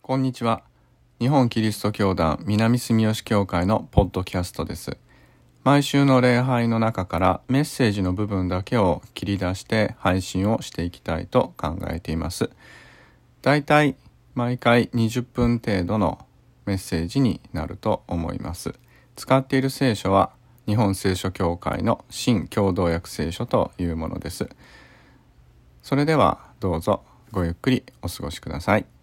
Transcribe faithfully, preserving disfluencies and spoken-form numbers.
こんにちは。日本キリスト教団南住吉教会のポッドキャストです。毎週の礼拝の中からメッセージの部分だけを切り出して配信をしていきたいと考えています。だいたい毎回にじゅっぷん程度のメッセージになると思います。使っている聖書は日本聖書協会の新共同訳聖書というものです。それではどうぞごゆっくりお過ごしください。